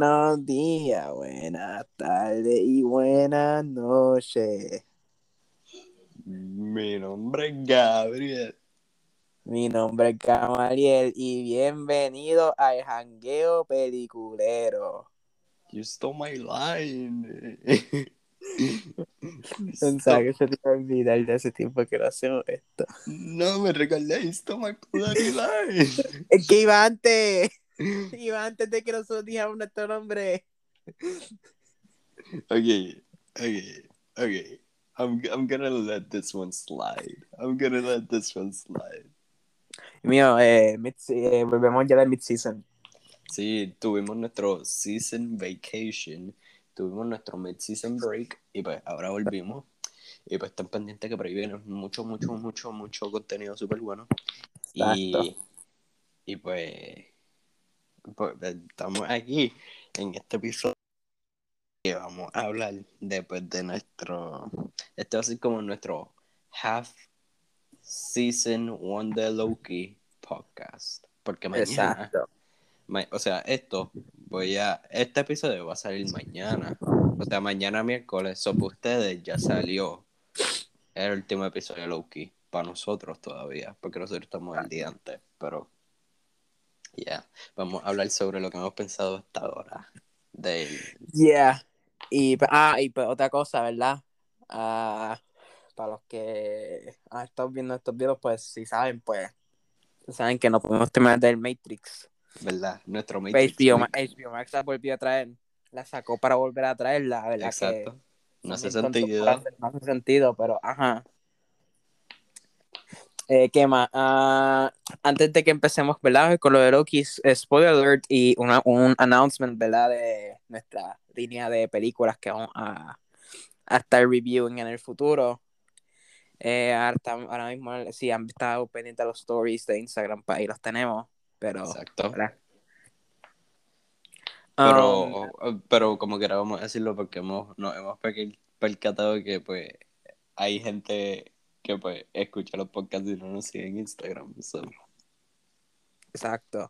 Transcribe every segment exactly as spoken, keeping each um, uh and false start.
Buenos días, buenas tardes y buenas noches. Mi nombre es Gabriel. Mi nombre es Gamaliel y bienvenido al Jangueo Peliculero. You stole my line. Pensaba Stop. que se te iba a olvidar de ese tiempo que lo hacemos esto. No me recordé. You stole my bloody line. Es que iba antes. Iba antes de que nosotros dijéramos nuestro nombre. Okay, okay, okay. I'm, I'm gonna let this one slide. I'm gonna let this one slide. Mío, eh, mid- eh, volvemos ya de mid-season. Sí, tuvimos nuestro season vacation. Tuvimos nuestro mid-season break. Y pues ahora volvimos. Y pues están pendientes que por ahí viene mucho, mucho, mucho, mucho contenido súper bueno. Exacto. Y, y pues, pues estamos aquí en este episodio que vamos a hablar después de nuestro, este va a ser como nuestro half season one de Loki podcast. Porque mañana, Exacto. ma- o sea, esto voy a, este episodio va a salir mañana. O sea, mañana miércoles, so para ustedes ya salió el último episodio de Loki. Para nosotros todavía, porque nosotros estamos el día antes, pero ya, yeah. Vamos a hablar sobre lo que hemos pensado hasta ahora. Del... Yeah. Y, ah, y pues otra cosa, ¿verdad? Ah, para los que han estado viendo estos videos, pues si saben, pues saben que no podemos terminar del Matrix. ¿Verdad? Nuestro Pues Matrix H B O, Week. H B O Max la volvió a traer, la sacó para volver a traerla, ¿verdad? Que Exacto. No son hace bien tontos para sentido. hacer, no hace sentido, pero ajá. Eh, ¿Qué más? Ah, antes de que empecemos, ¿verdad? Con lo de Loki, eh, spoiler alert y una, un announcement, ¿verdad? De nuestra línea de películas que vamos a, a estar reviewing en el futuro. Eh, ahora, tam- ahora mismo, sí, han estado pendientes de los stories de Instagram, pues ahí los tenemos, pero, Exacto. ¿verdad? Um, Pero, pero como quiera vamos a decirlo porque hemos, nos hemos pe- percatado que pues hay gente que pues escucha los podcasts y no nos sigue en Instagram. So. exacto.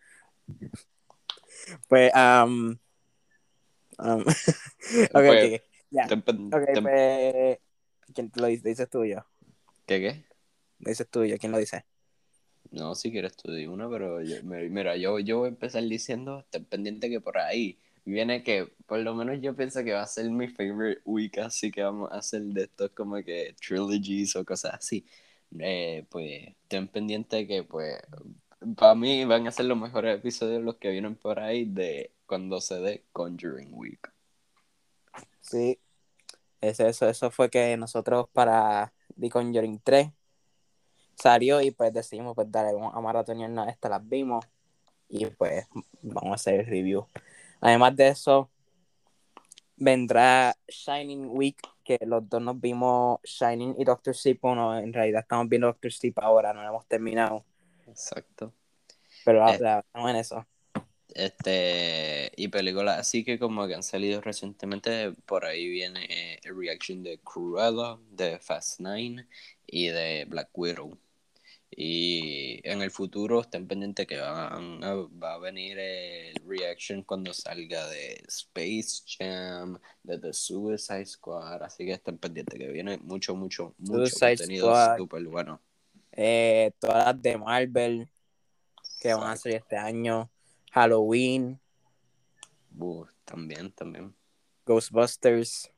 Pues, um, um, ok, Pues, ok, ya. ten pen- Ok, ten- pues, ¿quién te lo dice? ¿Dices tuyo? ¿qué qué? ¿Dices tuyo? ¿Quién lo dice? No, si quieres tú di una, pero yo- me- mira, yo, yo voy a empezar diciendo, ten pendiente que por ahí viene que, por lo menos yo pienso que va a ser mi favorite week, así que vamos a hacer de estos como que trilogies o cosas así. Eh, pues ten pendiente que pues para mí van a ser los mejores episodios los que vienen por ahí de cuando se dé Conjuring Week. Sí, es eso, eso fue que nosotros para The Conjuring tres salió y pues decidimos, pues dale, vamos a maratonearnos esta, las vimos y pues vamos a hacer el review. Además de eso, vendrá Shining Week, que los dos nos vimos Shining y Doctor Sleep. Bueno, en realidad estamos viendo Doctor Sleep ahora, no lo hemos terminado, Exacto. pero Eh, ya, estamos en eso. Este, y películas así que como que han salido recientemente, por ahí viene el reaction de Cruella, de Fast Nine y de Black Widow. Y en el futuro estén pendientes que van a- va a venir el reaction cuando salga de Space Jam, de The Suicide Squad, así que estén pendientes que viene mucho, mucho, mucho Suicide contenido Squad, súper bueno. eh, todas las de Marvel que van a salir Exacto. este año, Halloween, Uh, también, también. Ghostbusters.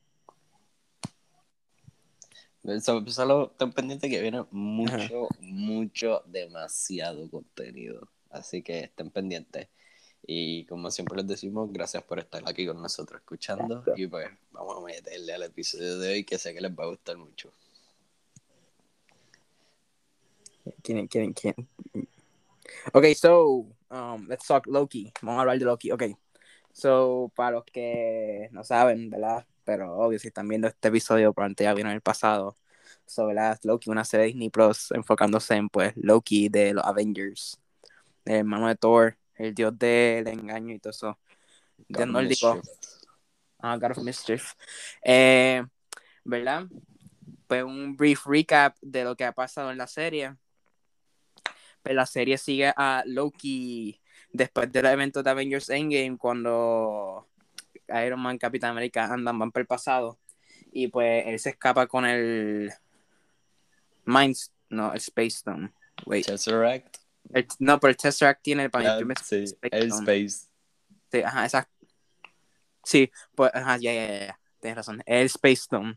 So- Solo ten pendiente que viene Ajá. mucho, mucho, demasiado contenido. Así que estén pendientes. Y como siempre les decimos, gracias por estar aquí con nosotros escuchando. Y pues vamos a meterle al episodio de hoy que sé que les va a gustar mucho. ¿Quién, quién, quién? Ok, so, um, let's talk Loki. Vamos a hablar de Loki. Ok, so, para los que no saben, ¿verdad? Pero obvio, si están viendo este episodio, probablemente ya vieron el pasado. So, ¿verdad? Loki, una serie de Disney Plus enfocándose en, pues, Loki de los Avengers, el hermano de Thor, el dios del engaño y todo eso. God Dios of nórdico. Mischief. Ah, God of Mischief. Eh, ¿verdad? Pues un brief recap de lo que ha pasado en la serie. Pues la serie sigue a Loki después del evento de Avengers Endgame, cuando Iron Man, Capitán América andan, van por el pasado, y pues él se escapa con el Mind, no, el Space Stone. Wait. Tesseract. El, no, pero el Tesseract tiene el Ah, yo me sí, Space el Stone. Space. Sí, ajá, exacto. Sí, pues, ajá, ya, ya, ya, tienes razón. El Space Stone.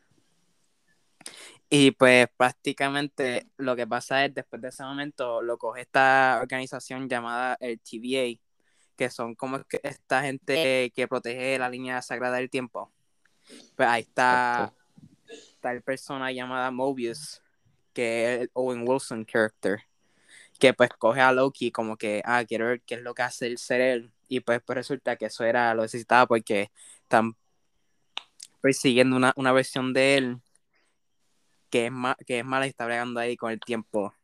Y pues prácticamente lo que pasa es, después de ese momento, lo coge esta organización llamada el T V A, que son como que esta gente que protege la línea sagrada del tiempo. Pues ahí está Exacto. tal persona llamada Mobius, que es el Owen Wilson character, que pues coge a Loki como que, ah, quiero ver qué es lo que hace el ser él. Y pues, pues resulta que eso era, lo necesitaba porque están persiguiendo una, una versión de él que es, ma que es mala y está bregando ahí con el tiempo.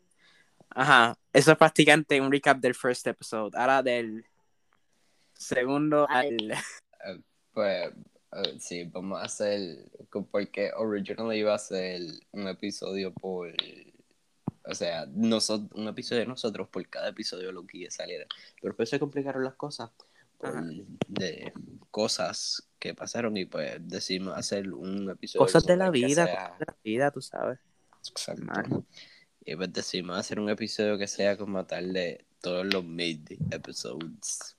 Ajá, eso es prácticamente un recap del first episode. Ahora del segundo al... Uh, pues uh, sí, vamos a hacer, porque originally iba a ser un episodio por, o sea, nosotros, un episodio de nosotros por cada episodio lo que saliera, pero después se complicaron las cosas por Ajá. de cosas que pasaron y pues decidimos hacer un episodio Cosas como de la tal que vida, cosas sea de la vida, tú sabes. exacto. Man. Y pues decidimos hacer un episodio que sea como tal de todos los mid episodes.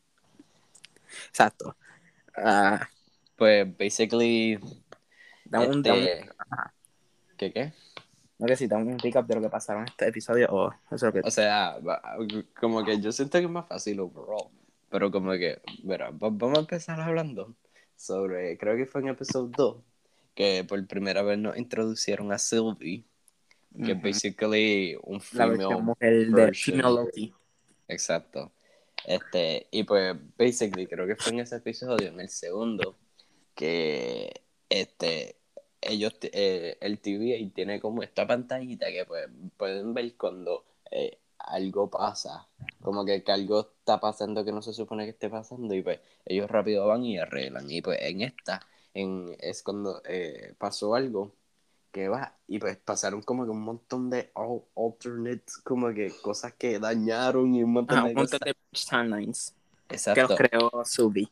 Exacto. Uh, Pues basically da un, da un, este ¿qué qué? no que si da un recap de lo que pasaron en este episodio o eso es lo que... O sea, como que yo siento que es más fácil overall. Pero como que, verá, vamos a empezar hablando sobre, creo que fue en episodio dos, que por primera vez nos introducieron a Sylvie, que es Uh-huh. basically un La versión female mujer de Female version. Loki. Exacto. Este, y pues, basically, creo que fue en ese episodio, en el segundo, que este ellos eh, el T V tiene como esta pantallita que pues, pueden ver cuando eh, algo pasa, como que, que algo está pasando que no se supone que esté pasando y pues ellos rápido van y arreglan y pues en esta en, es cuando eh, pasó algo que va y pues pasaron como que un montón de al- alternates, como que cosas que dañaron y un montón Ajá, un de montón cosas. de timelines que los Exacto. creó Subi.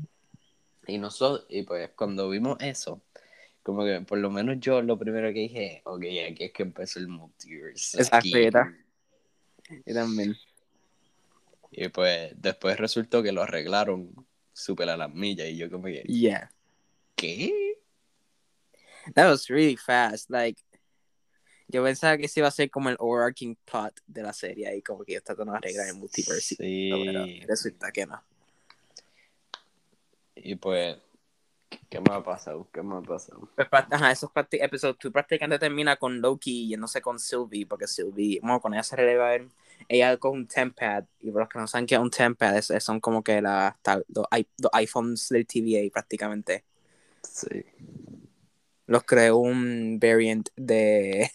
Y nosotros, y pues cuando vimos eso, como que por lo menos yo lo primero que dije, ok, aquí es que empezó el multiverse, Exacto, y, aquí. ta- y también. Y pues después resultó que lo arreglaron súper a las millas y yo como que, Yeah. ¿qué? That was really fast. Like, yo pensaba que ese iba a ser como el overarching plot de la serie ahí, como que ellos tratan de arreglar el multiverse. Pero Sí. resulta que no. Y pues, ¿qué me ha pasado? ¿Qué me ha pasado? Pues, ajá, esos episodios, tú prácticamente termina con Loki yéndose con Sylvie, porque Sylvie, bueno, cuando ella se releva, él, ella con un tempad, y por los que no saben que es un tempad, es, son como que la, los, los iPhones del T V A prácticamente. Sí. Los creó un variant de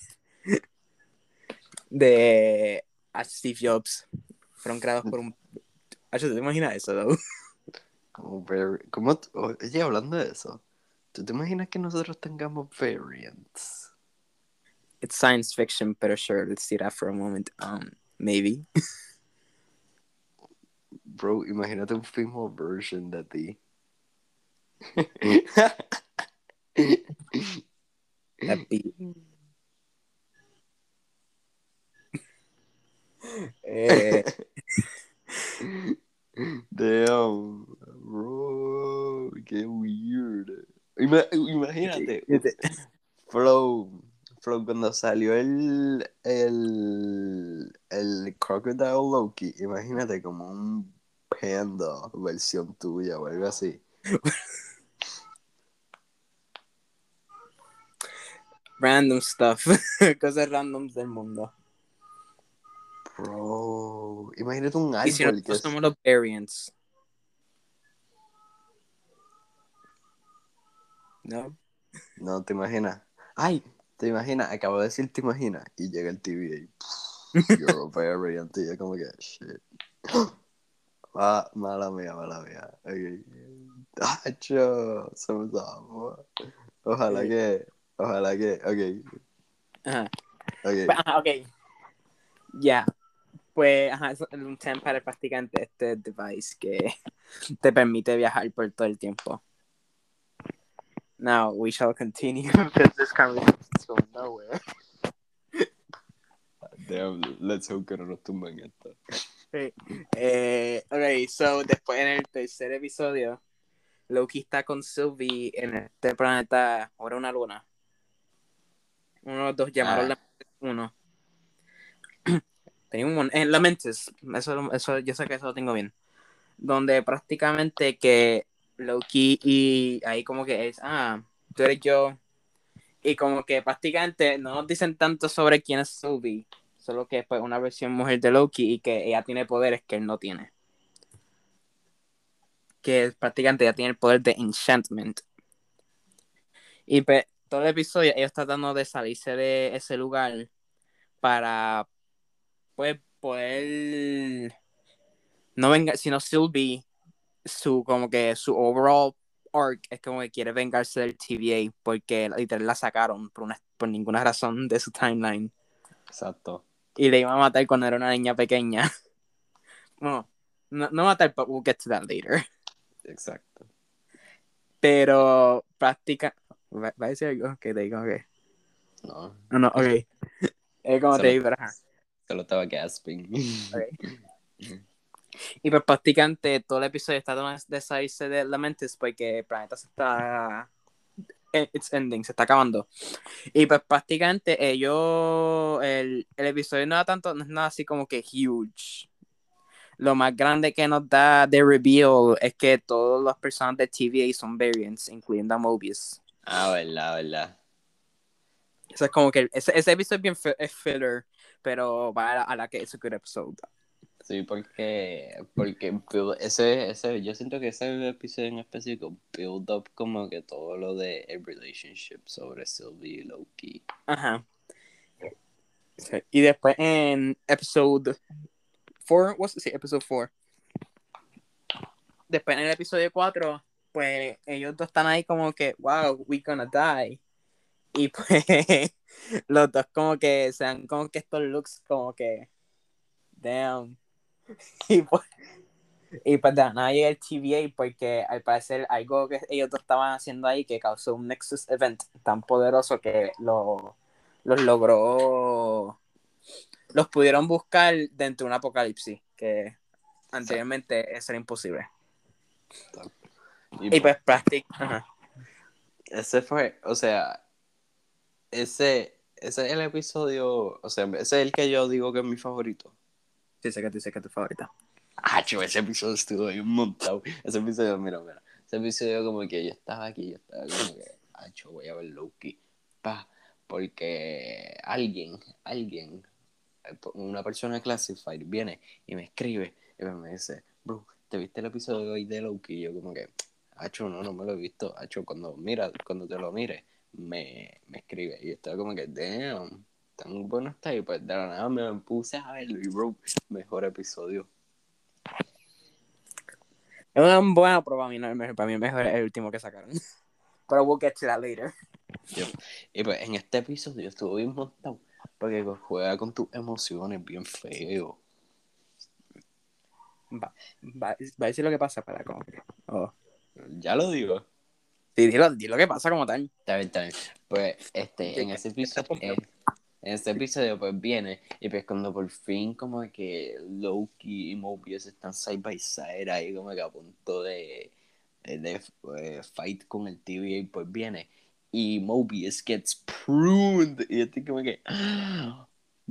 de Steve Jobs. Fueron creados por un... ¿Te imaginas eso, no? Como var- ¿Cómo? t- Oye, hablando de eso, ¿tú te imaginas que nosotros tengamos variants? It's science fiction, pero sure, let's see that for a moment. Um, maybe. Bro, imagínate un female version de ti. That'd be... Eh, Damn, bro, qué weird. Ima- imagínate, uh, Flow, Flow, cuando salió el, el, el Crocodile Loki, imagínate como un panda versión tuya o algo así. random stuff. Cosas randoms del mundo. Bro, imagínate un Y si árbol que nosotros es... somos los variants, ¿no? No, te imaginas. Ay, te imaginas, acabo de decir te imaginas y llega el T V y you're a variant y yo como que shit. Ah, mala mía, mala mía. Okay. Tacho, se me zafó. Ojalá Eh, que, ojalá que, ok, ajá. ok. Ajá, ok. Ya. Yeah. Pues, ajá, es un Tempad es prácticamente este device que te permite viajar por todo el tiempo. Now, we shall continue because this conversation is going nowhere. Damn, let's hope que no nos tumben esto. Sí. Eh, ok, so, después en el tercer episodio, Loki está con Sylvie en este planeta, ahora una luna. Uno de los dos llamaron Ah, la uno. Tenía un en Lamentis, eso, eso, yo sé que eso lo tengo bien. Donde prácticamente que Loki y ahí como que es, ah, tú eres yo. Y como que prácticamente no nos dicen tanto sobre quién es Sylvie, solo que es pues, una versión mujer de Loki y que ella tiene poderes que él no tiene. Que prácticamente ella tiene el poder de enchantment. Y pues todo el episodio ellos tratando de salirse de ese lugar para pues poder no venga, sino Sylvie, su como que su overall arc es como que quiere vengarse del T V A porque literal la sacaron por, una, por ninguna razón de su timeline. exacto. Y le iba a matar cuando era una niña pequeña. Bueno, no, no matar, but we'll get to that later. Exacto. Pero práctica. ¿Va, va a decir algo? Que te digo que. No. No, no, ok. Es como te Solo, digo, pero ajá. solo estaba gasping. Okay. Y pues prácticamente todo el episodio está tratando de salirse de Lamentis porque el planeta se está. It's ending, se está acabando. Y pues prácticamente ellos. El, el episodio no, da tanto, no es nada así como que huge. Lo más grande que nos da de reveal es que todas las personas de T V A son variants, incluyendo a Mobius. Ah, verdad, verdad. Eso es como que ese, ese episodio es bien fi- es filler, pero va a la, a la que es un good episode. Sí, porque, porque build- ese, ese, yo siento que ese episodio en específico build up como que todo lo de el relationship sobre Sylvie y Loki. Ajá. Sí. Y después en episode cuatro, what's sí, episode cuatro. Después en el episodio cuatro, pues ellos dos están ahí como que, wow, we gonna die. Y pues los dos como que se dan como que estos looks como que, damn. Y pues Y pues de la nada llega el T V A porque al parecer algo que ellos dos estaban haciendo ahí que causó un Nexus Event tan poderoso que lo, los logró, los pudieron buscar dentro de un apocalipsis, que Exacto. anteriormente eso era imposible. Y Y pues, pues prácticamente, ese fue, o sea, ese, ese es el episodio, o sea, ese es el que yo digo que es mi favorito. sí sé que tú sé que es tu favorita. Ah, yo, ese episodio estuvo ahí un montón. Ese episodio, mira, mira. Ese episodio como que yo estaba aquí, yo estaba como que, ah, yo voy a ver Loki. Pa, porque alguien, alguien, una persona de Classified viene y me escribe y me dice, bro, ¿te viste el episodio de hoy de Loki? Y yo como que, Hacho, no, no me lo he visto. Hacho, cuando mira, cuando te lo mires, me, me escribe. Y yo estaba como que, damn, tan bueno está. Y pues de la nada me puse a verlo y bro, mejor episodio. Es una buena prueba, para mí, no, para mí mejor es el último que sacaron. Pero we'll get to that later. Yep. Y pues en este episodio estuvo bien montado porque juega con tus emociones bien feo. Va, va, va a decir lo que pasa para como que, oh. Ya lo digo. Sí, dilo, dilo lo que pasa como tal. Está bien, está bien. Pues este, Ya, en ese ya está episodio, pompeado. en este episodio pues viene y pues cuando por fin como que Loki y Mobius están side by side ahí como que a punto de, de, de, eh, fight con el T V A pues viene y Mobius gets pruned y yo estoy como que ¡ah!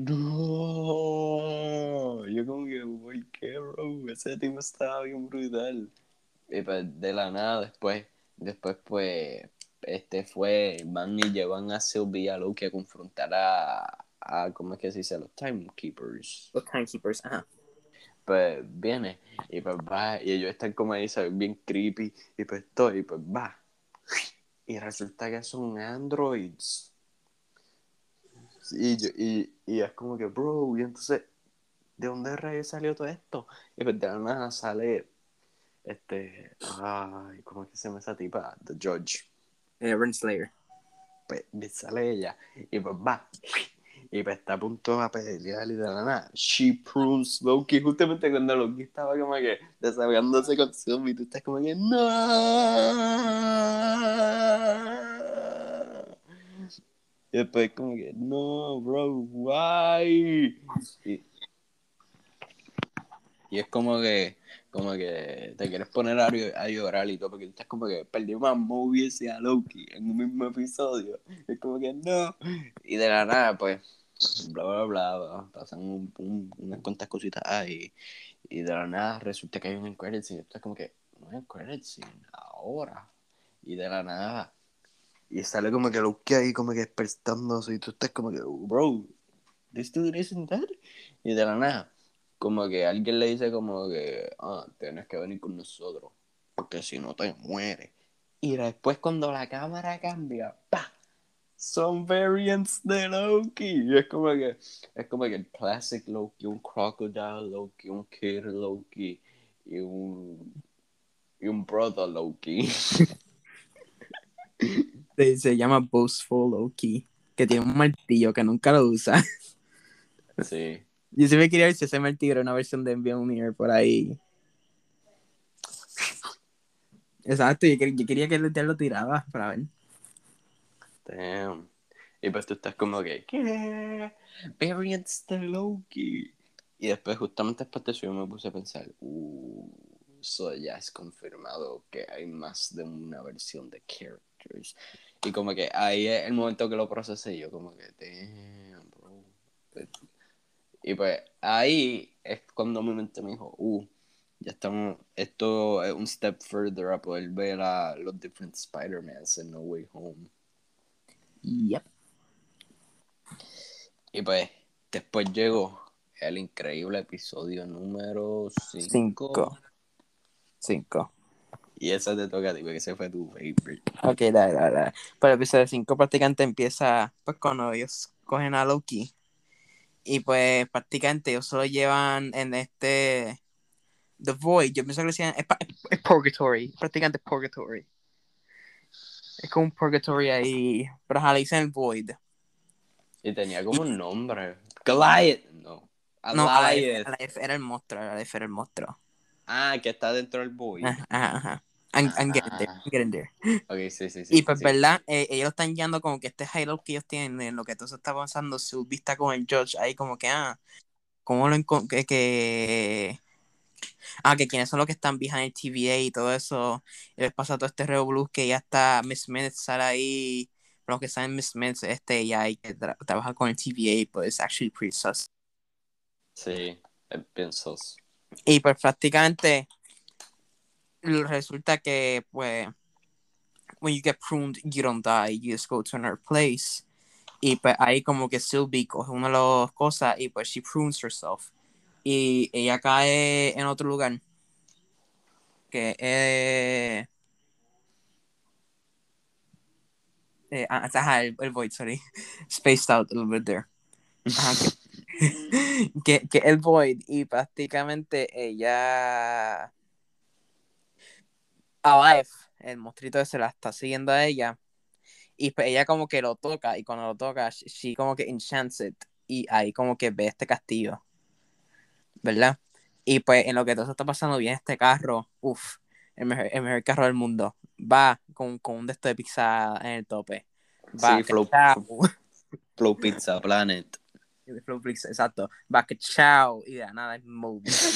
No, yo como que ¿por qué, bro? Ese tipo estaba bien brutal y pues de la nada después después pues este fue van y llevan a Sylvie y a Loki a confrontar a, a ¿cómo es que se dice? A los Timekeepers. Los Timekeepers, ajá. Pues viene y pues va y ellos están como ahí, ¿sabes? Bien creepy y pues todo y pues va y resulta que son androids y, yo, y, y es como que bro y entonces ¿de dónde rayos salió todo esto? Y pues de la nada sale este ay ¿cómo es que se llama esa tipa? The Judge. Eh, Renslayer. Pues me sale ella y pues va Y pues está a punto de pelear y de la nada. She prunes Loki. Justamente cuando Loki estaba como que desahogándose con Sylvie, tú estás como que no. Y después como que no, bro, why? Y, y es como que como que te quieres poner a, a llorar y todo, porque tú estás como que perdimos a Mobius y a Loki en un mismo episodio. Es como que no. Y de la nada, pues, bla, bla, bla, bla pasan un, un, unas cuantas cositas ahí. Y de la nada resulta que hay un end credits scene. Y tú estás como que, no hay un credits scene, ahora. Y de la nada. Y sale como que Loki ahí como que despertándose. Y tú estás como que, bro, this dude isn't dead. Y de la nada, como que alguien le dice como que, ah, tienes que venir con nosotros, porque si no te mueres. Y después cuando la cámara cambia, ¡pa! Son variants de Loki. Y es como que, es como que el classic Loki, un crocodile Loki, un kid Loki y un, y un brother Loki. Se, se llama Boastful Loki, que tiene un martillo que nunca lo usa. Sí. Yo siempre quería ver si ese martillo era una versión de Mjolnir por ahí. Exacto, yo, quer- yo quería que él ya lo tiraba para ver. Damn. Y pues tú estás como que, ¿qué? Variants de Loki. Y después, justamente después de eso, yo me puse a pensar, uh, eso ya es confirmado que hay más de una versión de characters. Y como que ahí es el momento que lo procesé yo, como que, damn, bro. Y pues ahí es cuando mi mente me dijo, uh, ya estamos, esto es un step further a poder ver a los different Spider-Mans en No Way Home. Yep. Y pues después llegó el increíble episodio número Cinco. cinco. Cinco. Y esa te toca a ti, porque ese fue tu favorite. Ok, dale, dale, dale. Pues el episodio cinco prácticamente empieza pues cuando ellos cogen a Loki. Y pues prácticamente ellos solo llevan en este The Void. Yo pienso que le decían es, es Purgatory. Prácticamente Purgatory. Es como un Purgatory ahí. Pero ajá, le dicen el Void. Y tenía Y, como un nombre. Goliath. No. no, Aleph, Goliath. Aleph era el monstruo. Aleph era el monstruo. Ah, que está dentro del Void. Ajá, ajá, ajá. I'm, I'm getting there. Ah. I'm getting there. Ok, sí, sí, Y sí. pues, Sí. ¿verdad? Eh, ellos están guiando como que este hideout que ellos tienen, en lo que todo se está pasando, su vista con el Judge, ahí como que, ah, ¿cómo lo encon- que, que, ah, que quiénes son los que están behind el T V A y todo eso? Y les pasa todo este revolú que ya está Miss Minutes sale ahí, pero los que saben Miss Minutes, este, ya hay que tra trabajar con el T V A, pues, actually pretty sus. Sí, es bien sos. Y pues, prácticamente, resulta que, pues, when you get pruned, you don't die, you just go to another place. Y pues ahí como que Sylvie coge una de las cosas y pues she prunes herself. Y ella cae en otro lugar. Que eh, eh, ah, ajá, el, el Void, sorry. Spaced out a little bit there. Ajá, que, que, que el Void y prácticamente ella... Alive, el monstruito ese la está siguiendo a ella. Y pues ella como que lo toca y cuando lo toca, she, she como que enchants it. Y ahí como que ve este castillo. ¿Verdad? Y pues en lo que todo eso está pasando bien este carro, uff, el mejor, el mejor carro del mundo, va con, con un de estos de pizza en el tope, va, Sí, Flow, cachao, Flow Pizza Planet. Flow Flix, exacto, va, cachao, y de la nada es Mobius.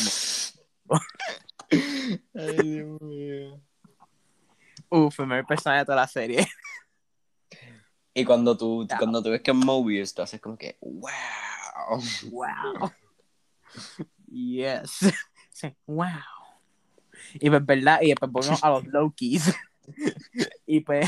Ay, Dios mío. Uff, el mejor personaje de toda la serie. Y cuando tú, Chao. cuando tú ves que es Mobius, tú haces como que, wow. Wow. Yes. Sí, wow. Y pues, ¿verdad? Y después volvemos a los Lokis. Y pues,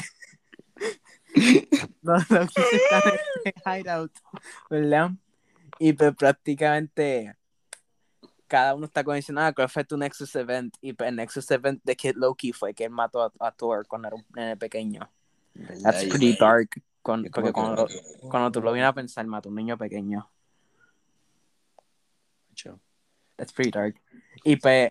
los Lokis están en este hideout, ¿verdad? Y pues prácticamente cada uno está condicionado cuál fue tu Nexus Event. Y pues el Nexus Event de Kid Loki fue que él mató a, a Thor cuando era un nene pequeño. ¿Verdad? That's Y es, pretty dark. Con, es porque como que, cuando, cuando tú lo vienes a pensar, mató a un niño pequeño. macho, That's pretty dark. Y pues,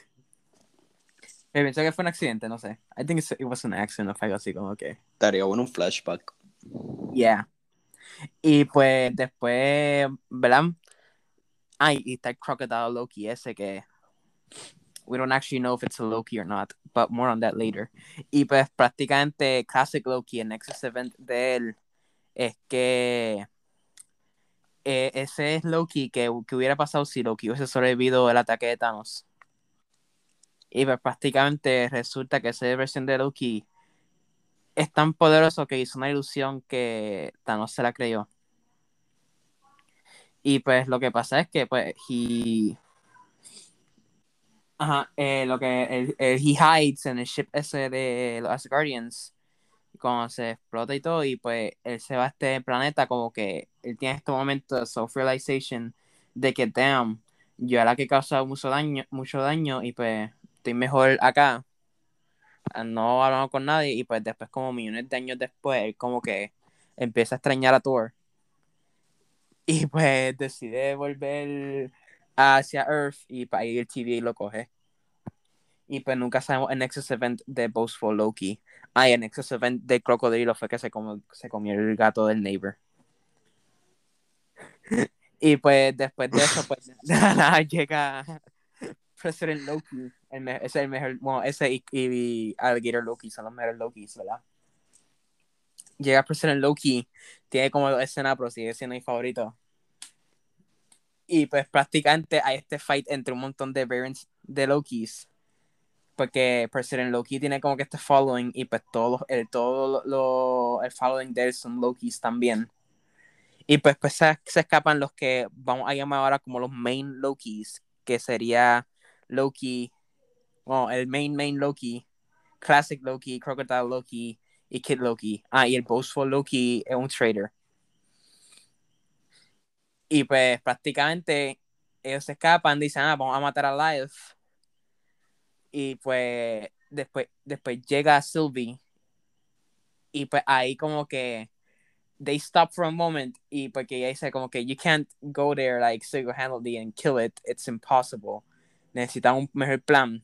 me pensé que fue un accidente, no sé. I think it was an accident o algo así como que. estaría bueno un flashback. Yeah. Y pues después, ¿verdad? Ay, y está el Crocodile Loki ese que we don't actually know if it's a Loki or not, but more on that later. Y pues prácticamente Classic Loki, el Nexus Event de él, es que eh, ese es Loki que, que hubiera pasado si Loki hubiese sobrevivido el ataque de Thanos. Y pues prácticamente resulta que esa versión de Loki es tan poderoso que hizo una ilusión que Thanos se la creyó. Y pues lo que pasa es que pues he, ajá, eh, lo que el, el, he hides en el ship ese de los Asgardians cuando se explota y todo, y pues él se va a este planeta como que él tiene este momento de self-realization de que, damn, yo era la que he causado mucho daño, mucho daño y pues estoy mejor acá, no hablando con nadie, y pues después como millones de años después, él como que empieza a extrañar a Thor y pues decide volver hacia Earth y para ir el T V y lo coge. Y pues nunca sabemos el Nexus Event de Boastful Loki. Ah, y el Nexus Event de Crocodilo fue que se comió, se comió el gato del neighbor. Y pues después de eso, pues nada, llega President Loki. El me- ese es el mejor, bueno, ese y, y Alligator Loki son los mejores Lokis, ¿verdad? Llega President Loki, tiene como dos escenas, pero sigue siendo mi favorito. Y pues prácticamente hay este fight entre un montón de variants de Lokis. Porque President Loki tiene como que este following y pues todo, el, todo lo, el following de él son Lokis también. Y pues, pues se, se escapan los que vamos a llamar ahora como los main Lokis, que sería Loki, bueno, el main main Loki, Classic Loki, Crocodile Loki y Kid Loki. Ah, y el Boastful Loki es un traitor. Y pues prácticamente ellos se escapan, dicen, ah, vamos a matar a Life. Y pues después, después llega Sylvie y pues ahí como que they stop for a moment y porque ella dice como que you can't go there like single-handedly and kill it, it's impossible, necesitan un mejor plan.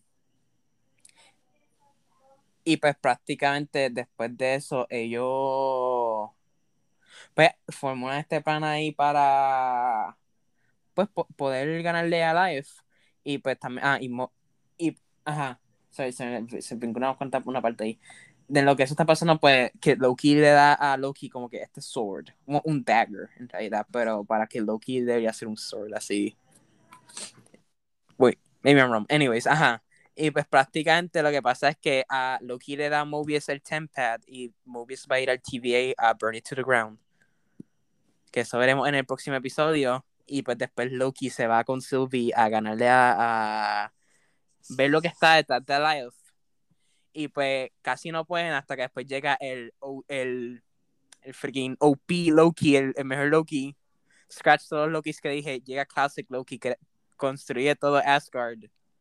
Y pues prácticamente después de eso ellos pues forman este plan ahí para pues po poder ganarle a Life. Y pues también ah y, mo y ajá, sorry, se, se, se brincó una, una parte ahí de lo que eso está pasando, pues que Loki le da a Loki como que este sword, un, un dagger en realidad, pero para que Loki debería ser un sword así. Wait, maybe I'm wrong. Anyways, ajá. Y pues prácticamente lo que pasa es que a Loki le da a Mobius el Tempad y Mobius va a ir al T V A a burn it to the ground. Que eso veremos en el próximo episodio. Y pues después Loki se va con Sylvie a ganarle a, a ver lo que está detrás de Life. Y pues casi no pueden hasta que después llega el, el el freaking O P Loki, el, el mejor Loki. Scratch todos los Lokis que dije, llega Classic Loki que construye todo Asgard.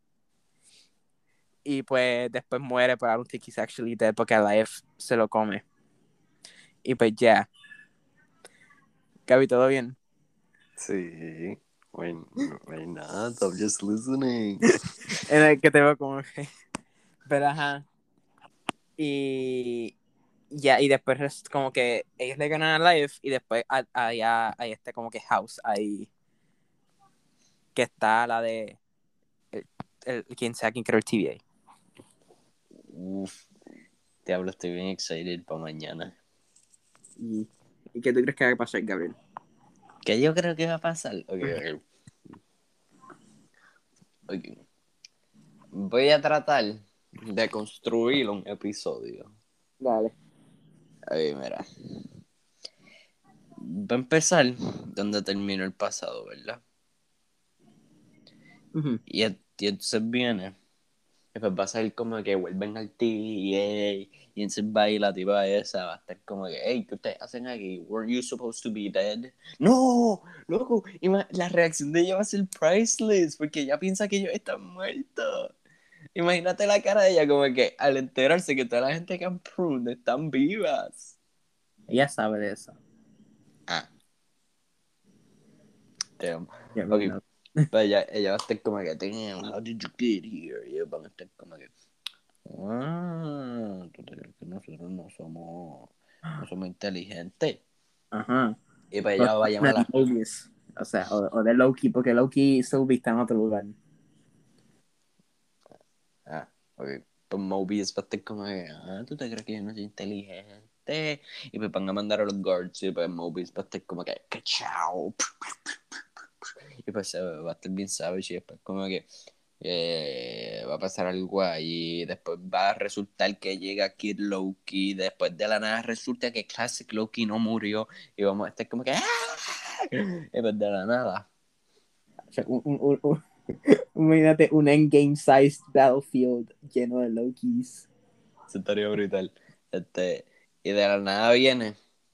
Y pues después muere, pero I don't think he's actually dead porque Life se lo come. Y pues ya. Yeah. Gaby, ¿todo bien? Sí. Bueno, why not? I'm just listening. En el que te veo como que. Pero ajá. Y. Ya, y después como que ellos le ganan a Life y después allá hay este como que house ahí que está la de el, el, quien sea quien creó el T V A. Uf, diablo, estoy bien excited para mañana. ¿Y, ¿Y qué tú crees que va a pasar, Gabriel? ¿Qué yo creo que va a pasar? Ok, ok. Ok. Voy a tratar de construir un episodio. Dale. Ahí, mira. Va a empezar donde terminó el pasado, ¿verdad? Uh-huh. Y, y entonces viene. Después va a ser como que vuelven al T V A y entonces va a ir la tipa esa, va a estar como que, hey, ¿qué ustedes hacen aquí? ¿Weren't you supposed to be dead? ¡No! ¡Loco! La reacción de ella va a ser priceless porque ella piensa que ellos están muertos. Imagínate la cara de ella como que al enterarse que toda la gente que han pruned están vivas. Ella sabe de eso. Ah, damn. Yeah, Ok, really knows. pero ella, ella va a estar como que, damn, how did you get here? Y ellos van a estar como que, ah, ¿tú te crees que nosotros no somos, no somos inteligentes? Ajá. Y pues O ella va a de llamarla. Mobius. O sea, o, o de Loki, porque Loki y Sylvie están en otro lugar. Ah, ok. Pues Mobius va a estar como que, ah, ¿tú te crees que yo no soy inteligente? Y pues van a mandar a los guards y pues Mobius va a estar como que, ¡cachao! Y pues se va a estar bien savage y después como que eh, va a pasar algo ahí. Después va a resultar que llega Kid Loki. Después de la nada resulta que Classic Loki no murió. Y vamos a estar como que, ¡ah! Y pues de la nada. O sea, un, un, un, un, imagínate un endgame-sized battlefield lleno de Lokis. Eso estaría brutal. Este, y de la nada viene.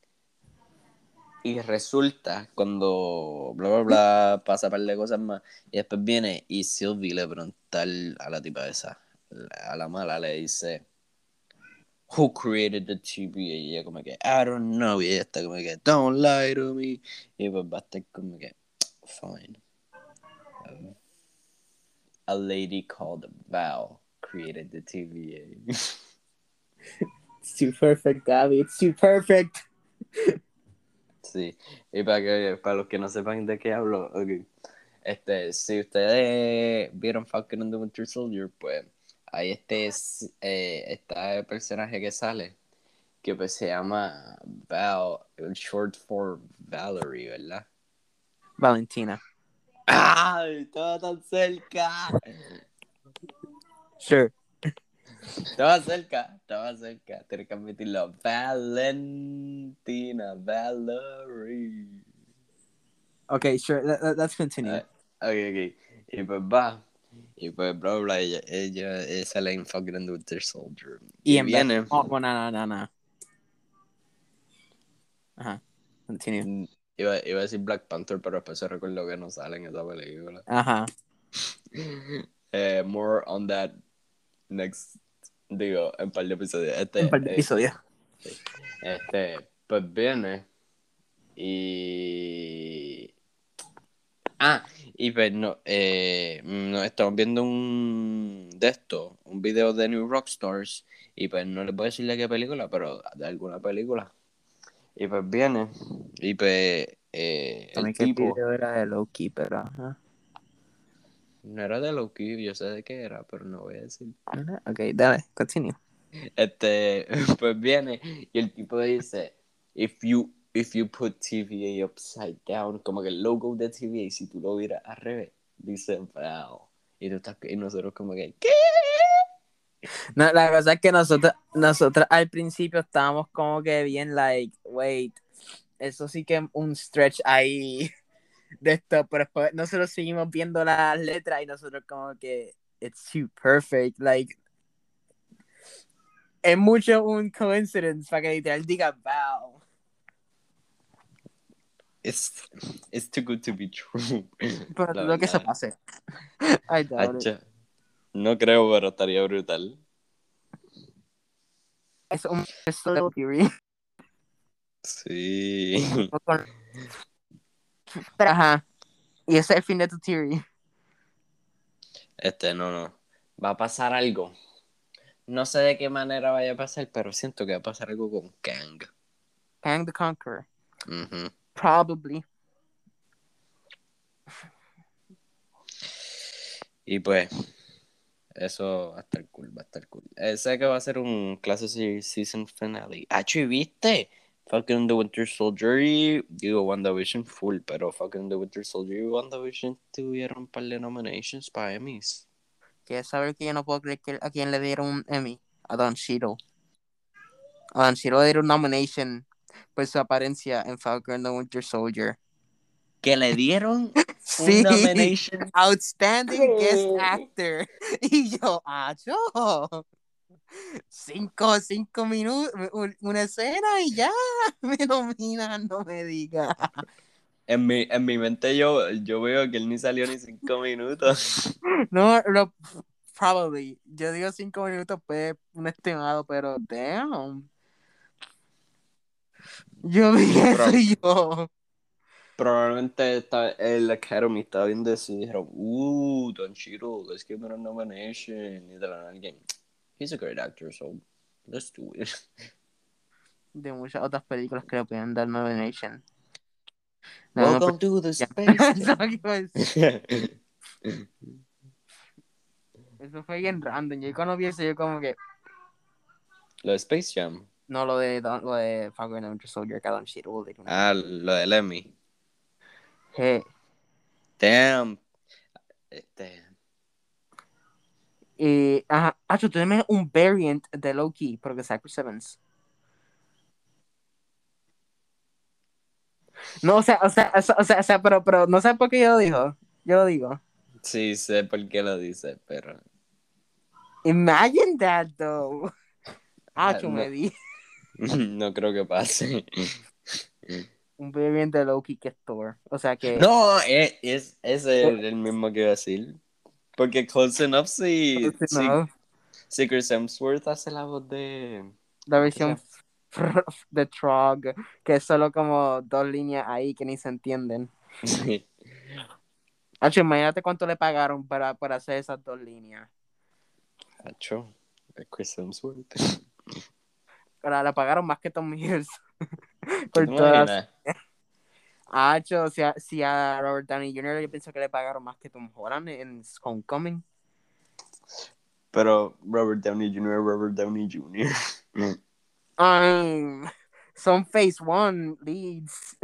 Y resulta cuando bla bla bla pasa un par de cosas más. Y después viene y Sylvie le pregunta al- a la tipa esa, a la mala, le dice, Who created the T V? Y ella como que, I don't know. Y ella está como que, Don't lie to me. Y pues va a estar como que, Fine. A lady called Val created the T V A. It's too perfect, Gaby. It's too perfect. Sí. Y para que para los que no sepan de qué hablo, ok. Este, si ustedes vieron Falcon and the Winter Soldier, pues ahí este es, eh, está el personaje que sale, que pues se llama Val, short for Valerie, ¿verdad? Valentina. ¡Ay! Estaba tan cerca. Sure. Estaba cerca, estaba cerca. Tienes que admitirlo. Valentina, Valerie. Okay, sure. Let, let, let's continue. Ah, ok, ok. Y pues va. Y pues bla bla, ella, ella es sale en Falcon and the Winter Soldier. Y Y en vez. viene. Oh, bueno, no, no, no. Ajá. Continue. mm, Iba, iba a decir Black Panther, pero después se recuerdo que no sale en esa película. Ajá. Eh, more on that next. Digo, en un par de episodios. Un Este, par de eh, episodios. sí. Este, pues viene. Y. Ah, y pues no, eh, no, estamos viendo un de esto, un video de New Rockstars, y pues no les voy a decir de qué película, pero de alguna película. Y pues viene, y pues eh, el También que el tipo, video era de Loki, pero ajá. no era de Loki, yo sé de qué era, pero no voy a decir. Ajá. Ok, dale, continue. Este, pues viene, y el tipo dice, if you, if you put T V A upside down, como que el logo de T V A, si tú lo vieras al revés, dice Val. Y tú estás, y nosotros como que, ¿qué? No, la cosa es que nosotros, nosotros al principio estábamos como que bien, like, wait, eso sí que es un stretch ahí de esto, pero después nosotros seguimos viendo las letras y nosotros como que, it's too perfect, like, es mucho un coincidence para que literal diga, wow. It's, it's too good to be true. Pero La dudo que eso verdad. pase. I doubt it. Hacha. No creo, pero estaría brutal. Es un solo theory. Sí. Pero ajá, y ese es el fin de tu theory. Este, no, no. Va a pasar algo. No sé de qué manera vaya a pasar, pero siento que va a pasar algo con Kang. Kang the Conqueror. Ujú. Probably. Y pues, eso va a estar cool, va a estar cool. Eh, sé que va a ser un clase season finale. Ah, ¿y viste? Falcon and the Winter Soldier y digo WandaVision full, pero Falcon and the Winter Soldier y WandaVision tuvieron un par de nominations para Emmys. ¿Quieres saber que yo no puedo creer que a quién le dieron un Emmy? A Don Cheadle. A Don Cheadle le dieron un nomination por su apariencia en Falcon and the Winter Soldier. Que le dieron un Sí, nomination. Outstanding Guest ¿Qué? Actor. Y yo, ah, yo. Cinco, cinco minutos, una escena y ya me nominan, no me digas. En mi, en mi mente yo, yo veo que él ni salió ni cinco minutos. No, lo, probably. Yo digo cinco minutos, pues un estimado, pero damn. Yo vi eso Pro- y yo. probablemente está, el Academy estaba viendo eso y dijeron, uh, Don Cheadle, let's give him a nomination. Y de la nada alguien, he's a great actor, so let's do it. De muchas otras películas que le pueden dar nomination. No, no, Welcome to the ya. Space Eso es lo Jam. que iba a decir. Eso fue bien random. Yo cuando vi eso, yo como que. Lo de Space Jam. No, lo de, lo de Falcon and Winter Soldier, que Adam Shit, de una Ah, vez. lo de Lemmy. Hey. Damn. Este. Y, ajá, ah, tú tienes un variant de Loki, pero que sea Chris Evans. No, o sea, o sea, o sea, o sea, o sea, pero, pero, no sé por qué yo lo digo. Yo lo digo. Sí, sé por qué lo dice, pero. Imagine that, though. Ah, ah, me no, di. no creo que pase. Un variant de Loki que es Thor. O sea que. No, es, es, ese es el mismo que iba a decir. Porque Close Enough sí, sí, No, sí Chris Hemsworth hace la voz de. la ¿Cómo que se versión llama? de Trog, que es solo como dos líneas ahí que ni se entienden. Sí. Hacho, imagínate cuánto le pagaron para, para hacer esas dos líneas. Hacho, es Chris Hemsworth. Pero le pagaron más que Tom Hiddleston. ¿Tú Por te todas. imaginas? Hacho, si a, si a Robert Downey junior yo pienso que le pagaron más que Tom Holland en Homecoming. Pero Robert Downey junior Robert Downey junior Um, son Phase One leads.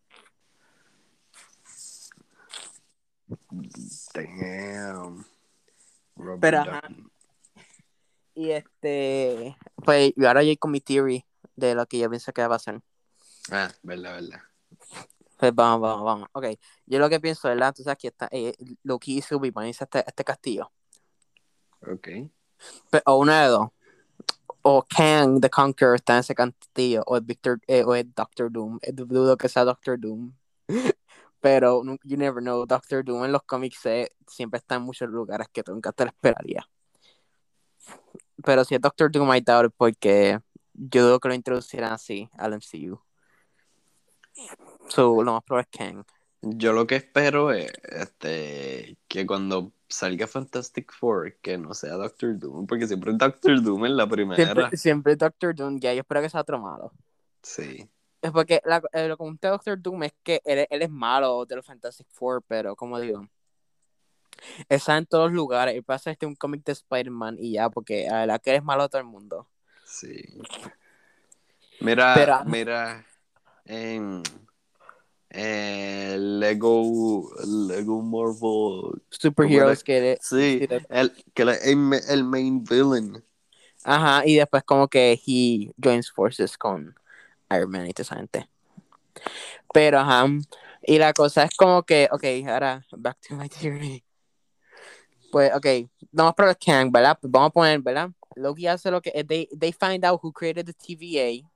Damn. Pero Robert ajá. Downey. Y este. Pues y ahora yo con mi theory de lo que yo pienso que va a pasar. Ah, verdad, verdad. Pues vamos, vamos, vamos. Ok. Yo lo que pienso, ¿verdad? Tú sabes que está, eh, Loki y Sylvie van a irse a este, a este castillo. Ok. Pero, o una de dos. O Kang the Conqueror está en ese castillo. O es Victor, eh, o es Doctor Doom. Eh, dudo que sea Doctor Doom. Pero you never know. Doctor Doom en los cómics eh, siempre está en muchos lugares que tú nunca te lo esperarías. Pero si es Doctor Doom, I doubt it porque yo dudo que lo introducieran así al M C U. So, lo más probable es Kang. Yo lo que espero es este, que cuando salga Fantastic Four, que no sea Doctor Doom, porque siempre es Doctor Doom en la Siempre, primera. siempre Doctor Doom, ya yo espero que sea otro malo. Sí. Es porque la, eh, lo que gusta de Doctor Doom es que él, él es malo de los Fantastic Four, pero como digo, está en todos los lugares. Y pasa este un cómic de Spider-Man y ya, porque a la que eres malo a todo el mundo. Sí. Mira, Pero mira, en eh, Lego, Lego Marvel, ¿cómo era? superheroes que eres, Sí, sí, de- el, que la- el, el main villain. ajá, y después como que he joins forces con Iron Man y toda esa gente. Pero ajá, y la cosa es como que, ok, ahora, back to my theory. Pues, ok, vamos por el Kang, ¿verdad? Pues vamos a poner, ¿verdad? Loki hace lo que, they, they find out who created the T V A.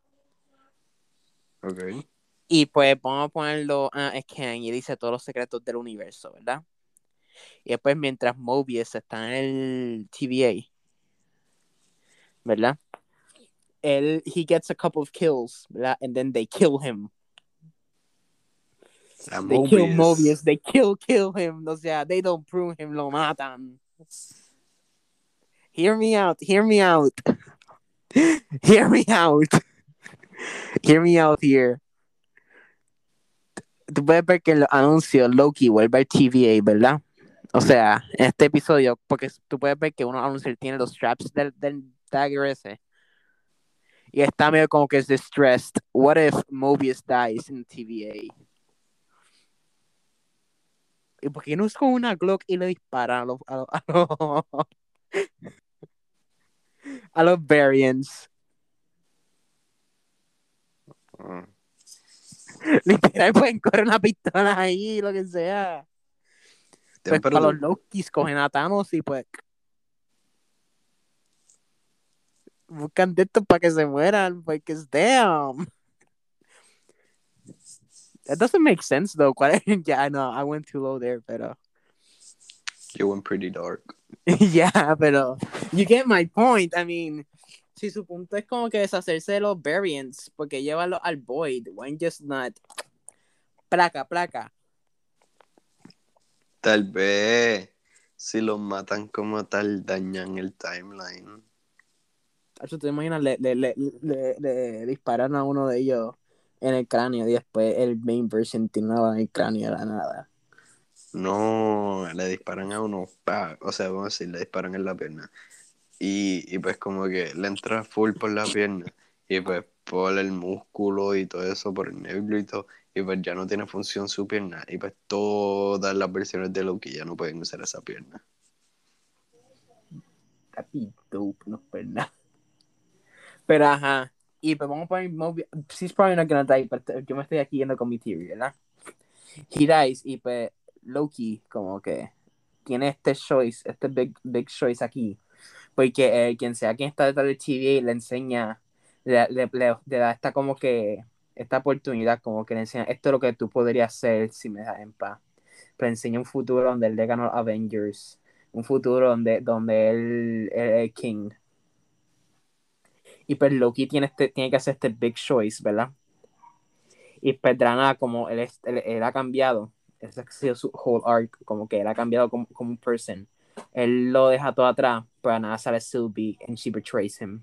Ok. Y pues vamos a ponerlo a uh, Kang y dice todos los secretos del universo, ¿verdad? Y después mientras Mobius está en el T V A, ¿verdad? Él, he gets a couple of kills, ¿verdad? And then they kill him. A They kill Mobius. Mobius, they kill, kill him. O sea, they don't prune him, lo matan. Hear me out, hear me out. Hear me out. Hear me out here. Tú puedes ver que en los anuncios Loki vuelve al T V A, ¿verdad? O sea, en este episodio, porque tú puedes ver que uno anuncia tiene los straps del, del dagger ese. Y está medio como que es distressed. What if Mobius dies in T V A? ¿Y por qué no es con una Glock y le dispara a los, a los, a los, a los variants? Ah. Literal, pueden correr una pistola ahí, lo que sea. Pues Pero para los tú, Lokis cogen a Thanos y pues buscan de estos para que se mueran, porque es damn. That doesn't make sense though. Yeah, I know, I went too low there, pero. you went pretty dark. Yeah, pero. You get my point. I mean, si su punto es como que deshacerse de los variants, porque llevarlo al void, why just not. Placa, placa. Tal vez si los matan como tal dañan el timeline. ¿Tú te imaginas? Le, le, le, le, le disparan a uno de ellos en el cráneo y después el main version tiene una bala en el cráneo de la nada. No, le disparan a uno, pa, o sea, vamos a decir, le disparan en la pierna. Y, y pues como que le entra full por la pierna. Y pues por el músculo y todo eso, por el nervio y todo. Y pues ya no tiene función su pierna. Y pues todas las versiones de Loki ya no pueden usar esa pierna. Capi dope, no es verdad. Pero ajá. Y pues vamos a poner Mobius. She's probably not gonna die, pero yo me estoy aquí yendo con mi theory, ¿verdad? He dies y pues Loki como que tiene este choice, este big, big choice aquí. Porque eh, quien sea quien está detrás del T V le enseña, le, le, le, le da esta como que, esta oportunidad como que le enseña, esto es lo que tú podrías hacer si me das en paz. Pero enseña un futuro donde él le ganó a Avengers. Un futuro donde, donde él es King. Y pues Loki tiene, este, tiene que hacer este big choice, ¿verdad? Y pues de la nada, como él, es, él, él ha cambiado, ese ha sido su whole arc, como que él ha cambiado como, como un person. Él lo deja todo atrás, pero nada sale Sylvie and she betrays him.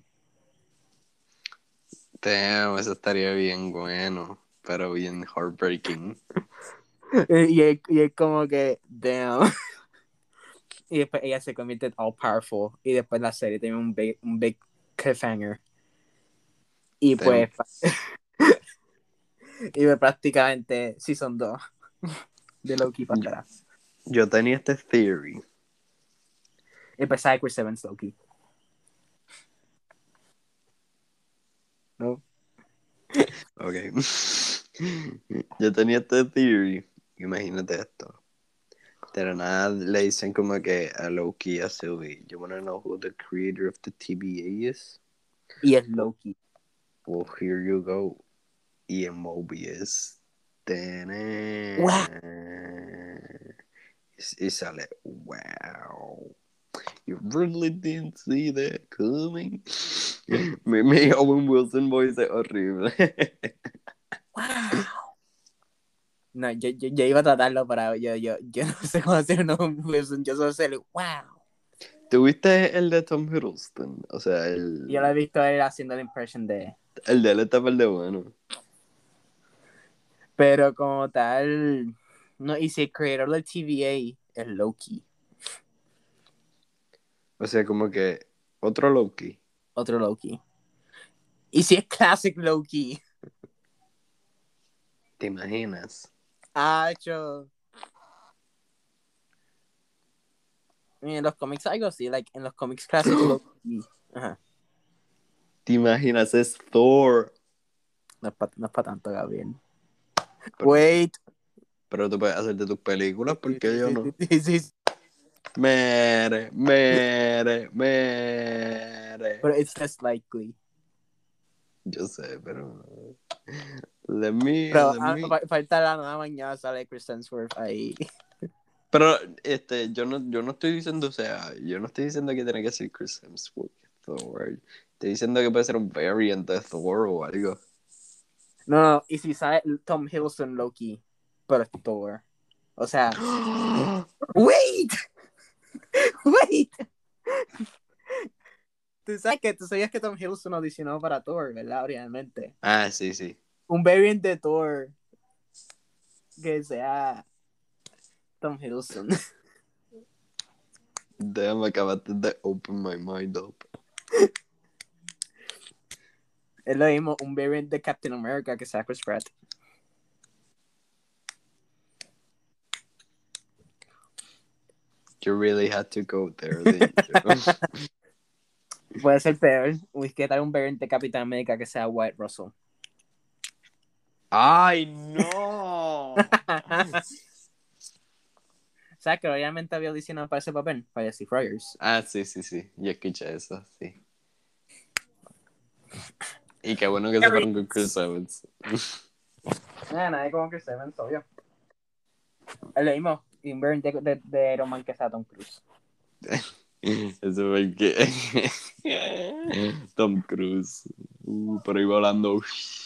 Damn, eso estaría bien bueno, pero bien heartbreaking. Y él, y él como que, damn. Y después ella se convierte all powerful. Y después la serie tiene un big, un big cliffhanger. Y Damn. pues, y pues prácticamente season dos de Loki para atrás. Yo tenía este theory. Y pues sale Chris Evans Loki. ¿No? Ok. Yo tenía este theory. Imagínate esto. De la nada le dicen como que a Loki y a Sylvie, you wanna know who the creator of the T V A is? Y es Loki. Well, here you go. Y en Mobius. ¡Wow! Y sale, wow. You really didn't see that coming. Mi, mi Owen Wilson voice es horrible. ¡Wow! No, yo, yo, yo iba a tratarlo para. Yo, yo, yo no sé cómo hacer un Owen Wilson. Yo solo sé el wow. ¿Tuviste el de Tom Hiddleston? O sea, el, Yo lo he visto a él haciendo la impression de. el de él está par de bueno. Pero como tal. No, y si el creador del T V A es Loki. O sea, como que otro Loki. Otro Loki. Y si es Classic Loki. ¿Te imaginas? Ah, yo. En los cómics algo así, like en los cómics Classic Loki. Ajá. ¿Te imaginas? Es Thor. No es para no pa tanto, Gabriel. Pero, Wait. pero tú puedes hacerte tus películas, ¿por qué yo no? Sí, sí, sí. Mere, mere, mere. Pero it's less likely. Yo sé, pero. Let me, Pero let ah, me. fa- falta la nueva mañana sale Chris Hemsworth ahí. Pero, este, yo no, yo no estoy diciendo, o sea, yo no estoy diciendo que tiene que ser Chris Hemsworth, Thor. Estoy diciendo que puede ser un variant de Thor o algo. No, no, y si sale Tom Hiddleston Loki, pero es Thor. O sea, wait, wait. Tú sabes que tú sabías que Tom Hiddleston audicionó para Thor, ¿verdad? Originalmente. Ah, sí, sí. Un variant de Thor que sea Tom Hiddleston. Damn, acabaste de open my mind up. Es lo mismo, un variant de Captain America que sea Chris Pratt. You really had to go there, didn't you? Puede ser peor. Uy, ¿qué tal un variant de Capitán América que sea White Russell? ¡Ay, no! ¿Sabes que obviamente había audicionado para ese papel? Para Jesse Fryers. Ah, sí, sí, sí. Yo escuché eso, sí. Y qué bueno que se fueron con Chris Evans. Nada, nadie como Chris Evans, obvio. Es lo mismo. Y un variant de, de, de Iron Man que sea Tom Cruise. Eso fue que. Tom Cruise. Uh, por ahí volando.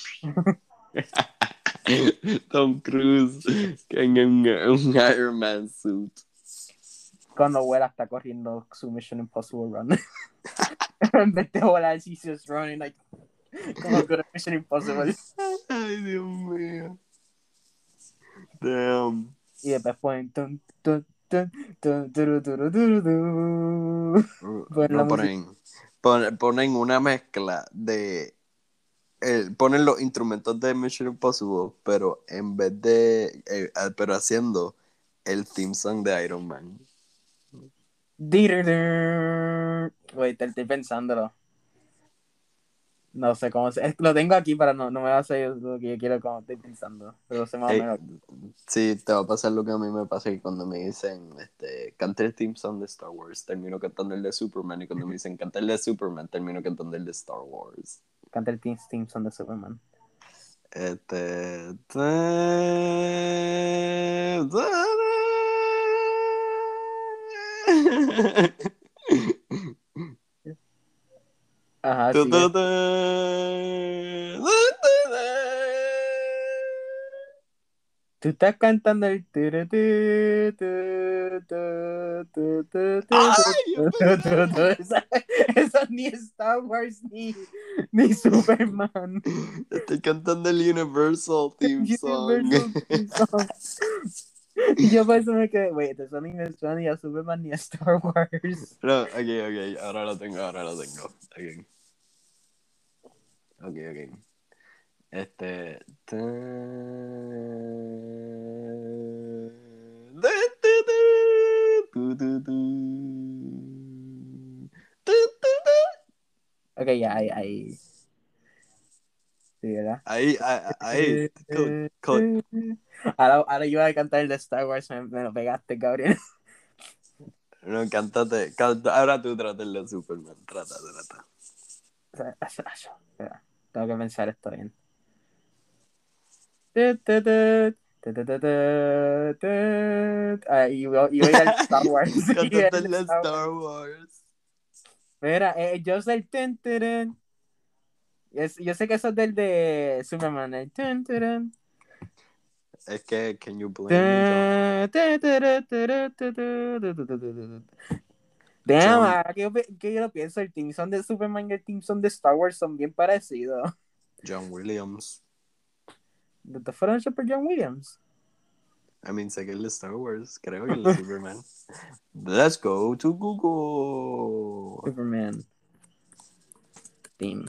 Tom Cruise en un, un Iron Man suit. Cuando vuela está corriendo su Mission Impossible Run. En vez de volar, he's just running like como con Mission Impossible. Ay, Dios mío. Damn. Y después ponen... Tun, tun, tun, tun, turu, turu, turu, turu. Ponen la No música. ponen, pon- ponen una mezcla de el- ponen los instrumentos de Mission Impossible, pero en vez de eh, ah, pero haciendo el theme song de Iron Man. Güey, te estoy pensándolo. No sé cómo se... es- Lo tengo aquí para no, no me va a hacer lo que yo quiero como estoy pensando. Pero sé más o Eh, menos. sí, te va a pasar lo que a mí me pasa, que cuando me dicen este canta el theme song de Star Wars, termino cantando el de Superman, y cuando me dicen canta el de Superman, termino cantando el de Star Wars. Canta el Team Team Son de Superman. Este. Ajá, sigue. Tú estás cantando el... turu, tu, tu, tu, tu, tu, tu, ¡Ay, tu, es tu, tu, tu. verdad! Esa- Eso ni Star Wars ni, ni Superman. Estoy cantando el Universal Theme Song. Universal Theme Song. Y yo por eso me quedé, wait, eso ni me suena ni a Superman ni a Star Wars. No, ok, ok, ahora lo tengo, ahora lo tengo. Ok, ok, ok. Este. Ok, ya, ahí, ahí. Sí, ¿verdad? Ahí, ahí, ahí. co- co- Ahora, ahora yo voy a cantar el de Star Wars, me, me lo pegaste, Gabriel. No, cántate, canta, ahora tú trata el de Superman, trata, trata. Espera, tengo que pensar esto bien. Ah, y voy y voy a ir al Star Wars. Y Cántate el de el de Star Star Wars. Wars. Mira, eh, yo sé el tun, turun. Es- yo sé que eso es del de Superman. El tun, turun. Es que, can you blame me, John? Tun, tun, turun, turun, turun, turun, turun. Damn, John, ahora que yo, pi- que yo lo pienso, el team son de Superman y el team son de Star Wars son bien parecidos. John Williams. ¿Estos fueron hechos por John Williams? I mean, sé que el de Star Wars, creo que el de Superman. Let's go to Google. Superman team.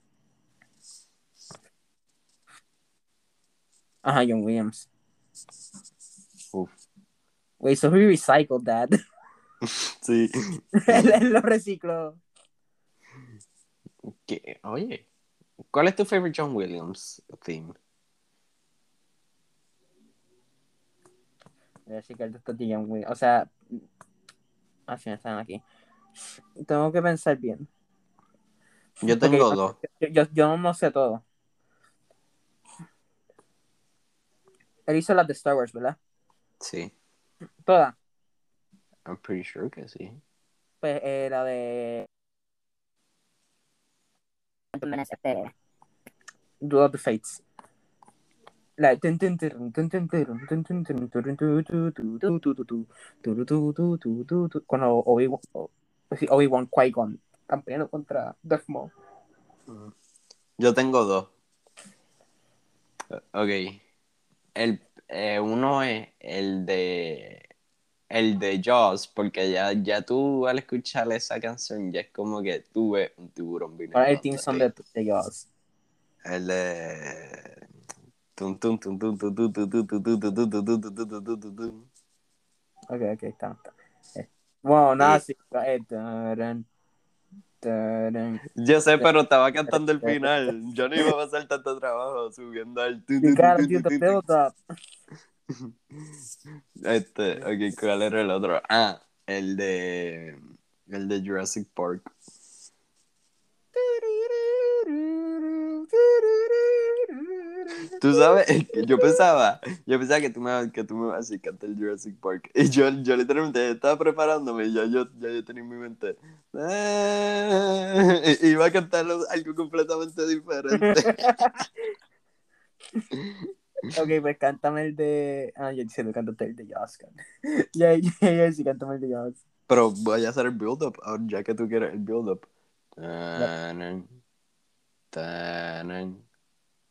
Ajá, John Williams. Uf, Wait, so he recycled that. sí. él, él lo recicló. ¿Qué? Oye, ¿cuál es tu favorite John Williams theme? Voy a checar estos de John Williams. O sea, así me están aquí. Tengo que pensar bien. Yo Porque tengo dos. yo, yo, yo no sé todo. Él hizo las de Star Wars, ¿verdad? Sí, Todas. I'm pretty sure que sí. Pues eh, la de Duel of the Fates. La de cuando Obi-Wan sí, Obi-Wan Qui-Gon están peleando contra Darth Maul. Yo tengo dos. Ok. El, eh, uno es el de el de Jaws, porque ya, ya tú al escuchar esa canción ya es como que tú ves un tiburón Ahora el viniendo team hacia son ti. de, de Jaws. El de tum, tum, tum, tum, tum, tum, tum, tum, tum, tum, tum, tum, tum, tum, tum, tum, tum, tum, tum. Ok, ok, está. está. Eh, Bueno, nada, Y sí. eh, tarán, tarán, yo sé, pero estaba tarán, cantando el tarán. final. Yo no iba a pasar tanto trabajo subiendo al tu, You tu, tu, gotta tu, do tu, the tu, tu. build up. Este, ok, ¿cuál era el otro? Ah, el de el de Jurassic Park. Tú sabes, es que yo pensaba, yo pensaba que tú me, que tú me vas a decir canta el Jurassic Park. Y yo, yo literalmente estaba preparándome y ya yo, ya yo tenía en mi mente. "Ah", y iba a cantar algo completamente diferente. Ok, pues cántame el de. Ah, yo diciendo cántate el de Jaws. Ya, ya, ya, sí, cántame el de Jaws. Pero voy a hacer el build-up, ahora ya que tú quieres el build-up. Ya. Tanan, tanan,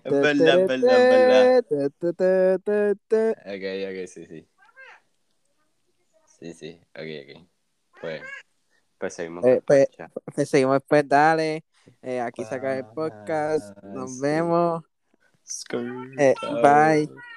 Es verdad, es verdad, es verdad. Ok, ok, sí, sí. Sí, sí, ok, ok. Pues, pues seguimos Eh, después, pues, ya. pues seguimos después, dale. Eh, aquí saca el podcast. Nos Sí. vemos. Skirt. Eh, bye.